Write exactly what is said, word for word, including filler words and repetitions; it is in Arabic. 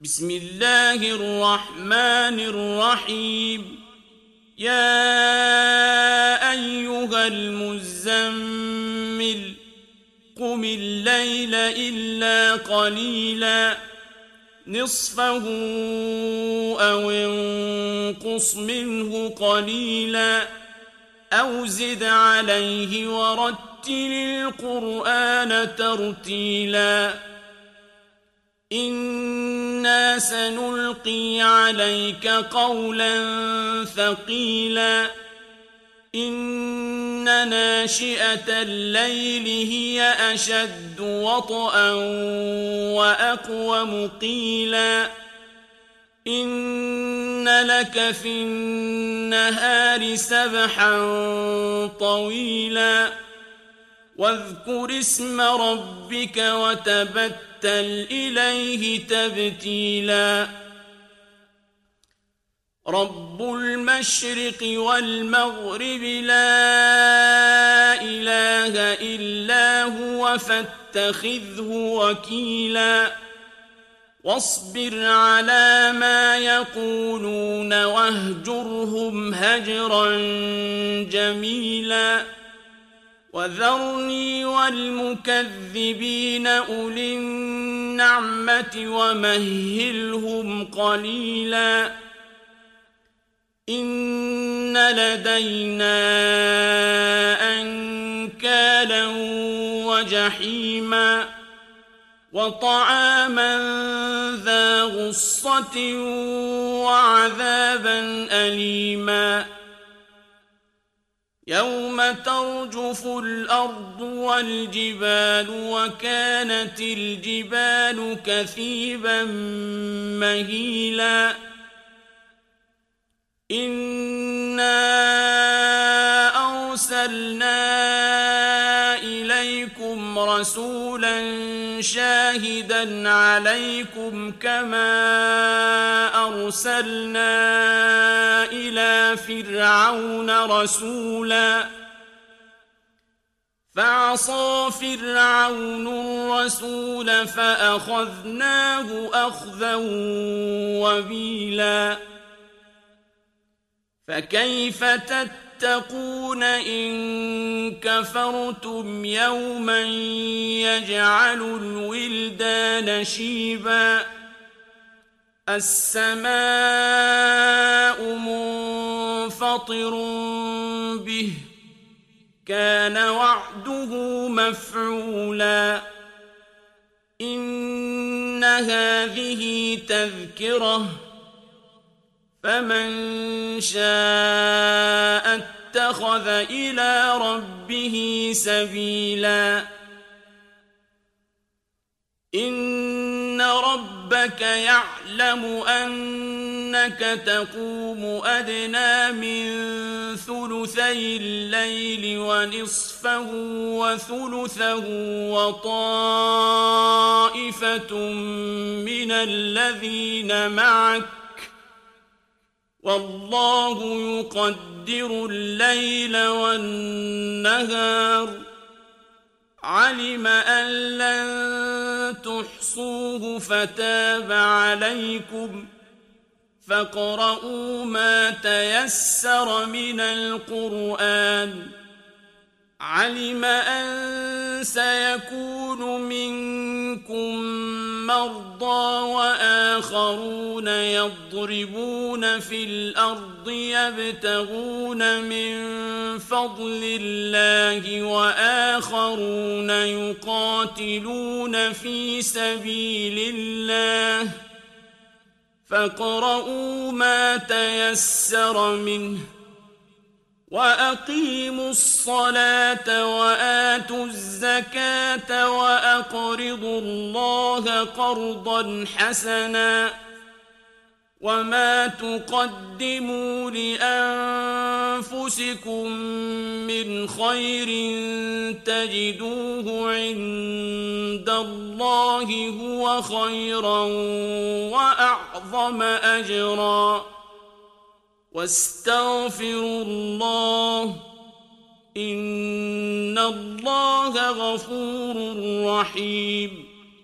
بسم الله الرحمن الرحيم يا أيها المزمل قم الليل إلا قليلا نصفه أو انقص منه قليلا أو زد عليه ورتل القرآن ترتيلا إنا سنلقي عليك قولا ثقيلا إن ناشئة الليل هي أشد وطئا وأقوم قيلا إن لك في النهار سبحا طويلا واذكر اسم ربك وتبتل إليه تبتيلا رب المشرق والمغرب لا إله إلا هو فاتخذه وكيلا واصبر على ما يقولون واهجرهم هجرا جميلا وذرني والمكذبين أولي النعمة ومهلهم قليلا إن لدينا أنكالا وجحيما وطعاما ذا غصة وعذابا أليما يوم ترجف الأرض والجبال وكانت الجبال كثيبا مهيلا إنا أرسلنا إليكم رسولا شاهدا عليكم كما أرسلنا إلى فرعون رسولا فعصى فرعون الرسول فأخذناه أخذا وبيلا فكيف تتقون إن كفرتم يوما يجعل الولدان شيبا السماء منفطر به كان وعده مفعولا إن هذه تذكرة فمن شاء اتخذ إلى ربه سبيلا إن ربك يعلم أنك تقوم أدنى من ثلثي الليل ونصفه وثلثه وطائفة من الذين معك والله يقدر الليل والنهار علم أن لن تحصوه فتاب عليكم فاقرؤوا ما تيسر من القرآن علم أن سيكون منكم مرضى وآخرون يضربون في الأرض يبتغون من فضل الله وآخرون يقاتلون في سبيل الله فاقرؤوا ما تيسر منه وأقيموا الصلاة وآتوا الزكاة وأقرضوا الله قرضا حسنا وما تقدموا لأنفسكم من خير تجدوه عند الله هو خيرا وأعظم أجرا واستغفروا الله إن الله غفور رحيم